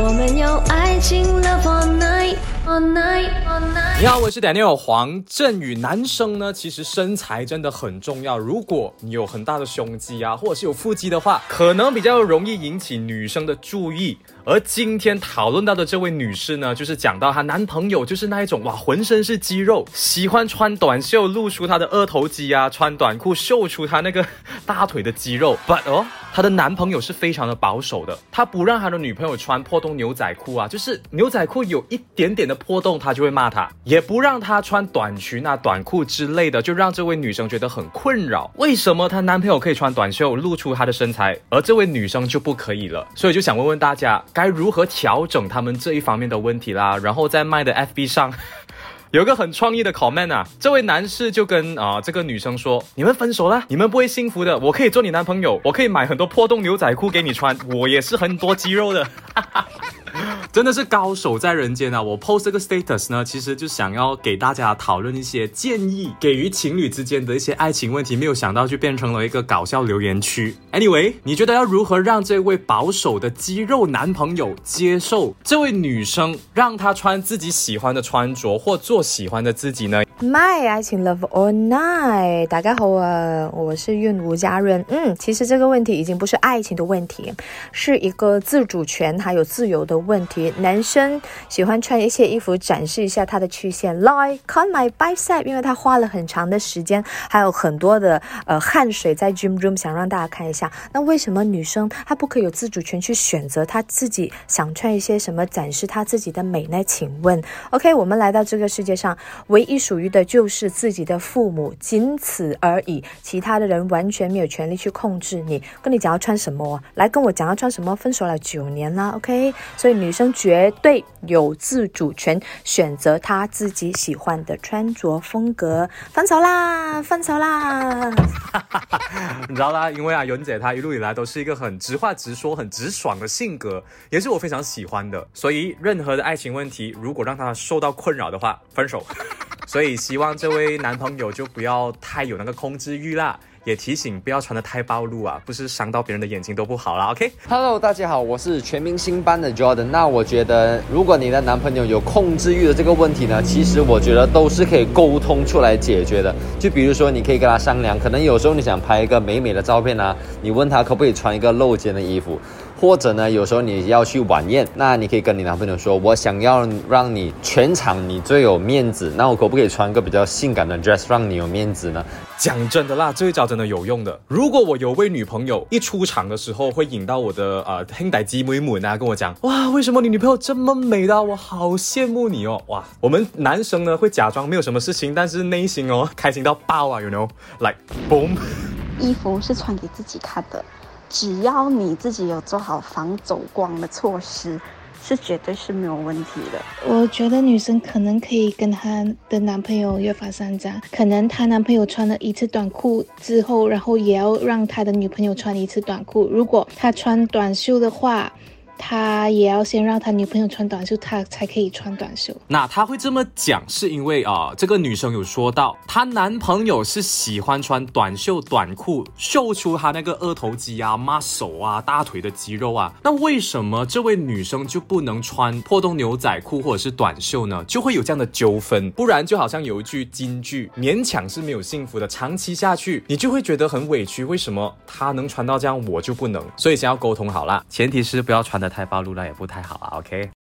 我们有爱情 Love all night all night all night。 你好，我是 Daniel 黄振宇。男生呢，其实身材真的很重要。如果你有很大的胸肌啊，或者是有腹肌的话，可能比较容易引起女生的注意。而今天讨论到的这位女士呢，就是讲到她男朋友就是那一种哇，浑身是肌肉，喜欢穿短袖露出她的二头肌啊，穿短裤秀出她那个大腿的肌肉。But 她的男朋友是非常的保守的，他不让他的女朋友穿破洞牛仔裤啊，就是牛仔裤有一点点的破洞，他就会骂她，也不让她穿短裙啊、短裤之类的，就让这位女生觉得很困扰。为什么她男朋友可以穿短袖露出她的身材，而这位女生就不可以了？所以就想问问大家，该如何调整他们这一方面的问题啦？然后在麦的 FB 上有一个很创意的 comment 啊，这位男士就跟这个女生说，你们分手啦，你们不会幸福的，我可以做你男朋友，我可以买很多破洞牛仔裤给你穿，我也是很多肌肉的。真的是高手在人间啊！我 post 这个 status 呢，其实就想要给大家讨论一些建议，给予情侣之间的一些爱情问题，没有想到就变成了一个搞笑留言区。Anyway， 你觉得要如何让这位保守的肌肉男朋友接受这位女生，让他穿自己喜欢的穿着或做喜欢的自己呢？ My 爱情 Love all night， 大家好啊，我是韵吴家人。其实这个问题已经不是爱情的问题，是一个自主权还有自由的问题。男生喜欢穿一些衣服展示一下他的曲线 ，like cut my bicep， 因为他花了很长的时间，还有很多的汗水在 gym room， 想让大家看一下。那为什么女生她不可以有自主权去选择她自己想穿一些什么展示她自己的美呢？请问 ，OK， 我们来到这个世界上，唯一属于的就是自己的父母，仅此而已。其他的人完全没有权利去控制你，跟你讲要穿什么，来跟我讲要穿什么，分手了9年啦 ，OK。所以女生绝对有自主权，选择她自己喜欢的穿着风格。分手啦，分手啦！ 你知道啦，因为云姐她一路以来都是一个很直话直说、很直爽的性格，也是我非常喜欢的。所以任何的爱情问题，如果让她受到困扰的话，分手。所以希望这位男朋友就不要太有那个控制欲啦，也提醒不要穿得太暴露啊，不是伤到别人的眼睛都不好啦 OK。Hello， 大家好，我是全明星班的 Jordan。那我觉得，如果你的男朋友有控制欲的这个问题呢，其实我觉得都是可以沟通出来解决的。就比如说，你可以跟他商量，可能有时候你想拍一个美美的照片啊，你问他可不可以穿一个露肩的衣服。或者呢，有时候你要去晚宴，那你可以跟你男朋友说，我想要让你全场你最有面子，那我可不可以穿个比较性感的 dress 让你有面子呢？ 讲真的啦，这一招真的有用的。如果我有位女朋友一出场的时候会引到我的兄弟姊妹们啊，跟我讲，哇，为什么你女朋友这么美的，我好羡慕你哦。哇，我们男生呢会假装没有什么事情，但是内心开心到爆啊 ，you know， like boom。 衣服是穿给自己看的，只要你自己有做好防走光的措施，是绝对是没有问题的。 我觉得女生可能可以跟她的男朋友约法三章，可能她男朋友穿了一次短裤之后，然后也要让她的女朋友穿一次短裤。如果她穿短袖的话，他也要先让他女朋友穿短袖，他才可以穿短袖。 那他会这么讲是因为这个女生有说到她男朋友是喜欢穿短袖短裤秀出她那个二头肌啊、muscle啊、大腿的肌肉啊，那为什么这位女生就不能穿破洞牛仔裤或者是短袖呢？就会有这样的纠纷。不然就好像有一句金句，勉强是没有幸福的，长期下去你就会觉得很委屈，为什么她能穿到这样我就不能？所以先要沟通好啦，前提是不要穿得太暴露了，也不太好啊 OK。